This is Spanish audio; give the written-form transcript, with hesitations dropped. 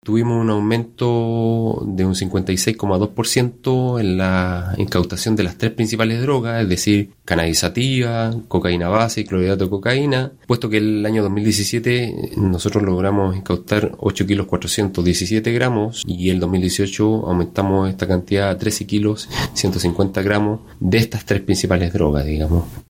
Tuvimos un aumento de un 56,2% en la incautación de las 3 principales drogas, es decir, cannabis sativa, cocaína base y clorhidrato de cocaína, puesto que el año 2017 nosotros logramos incautar 8 kilos 417 gramos y el 2018 aumentamos esta cantidad a 13 kilos 150 gramos de estas 3 principales drogas, digamos.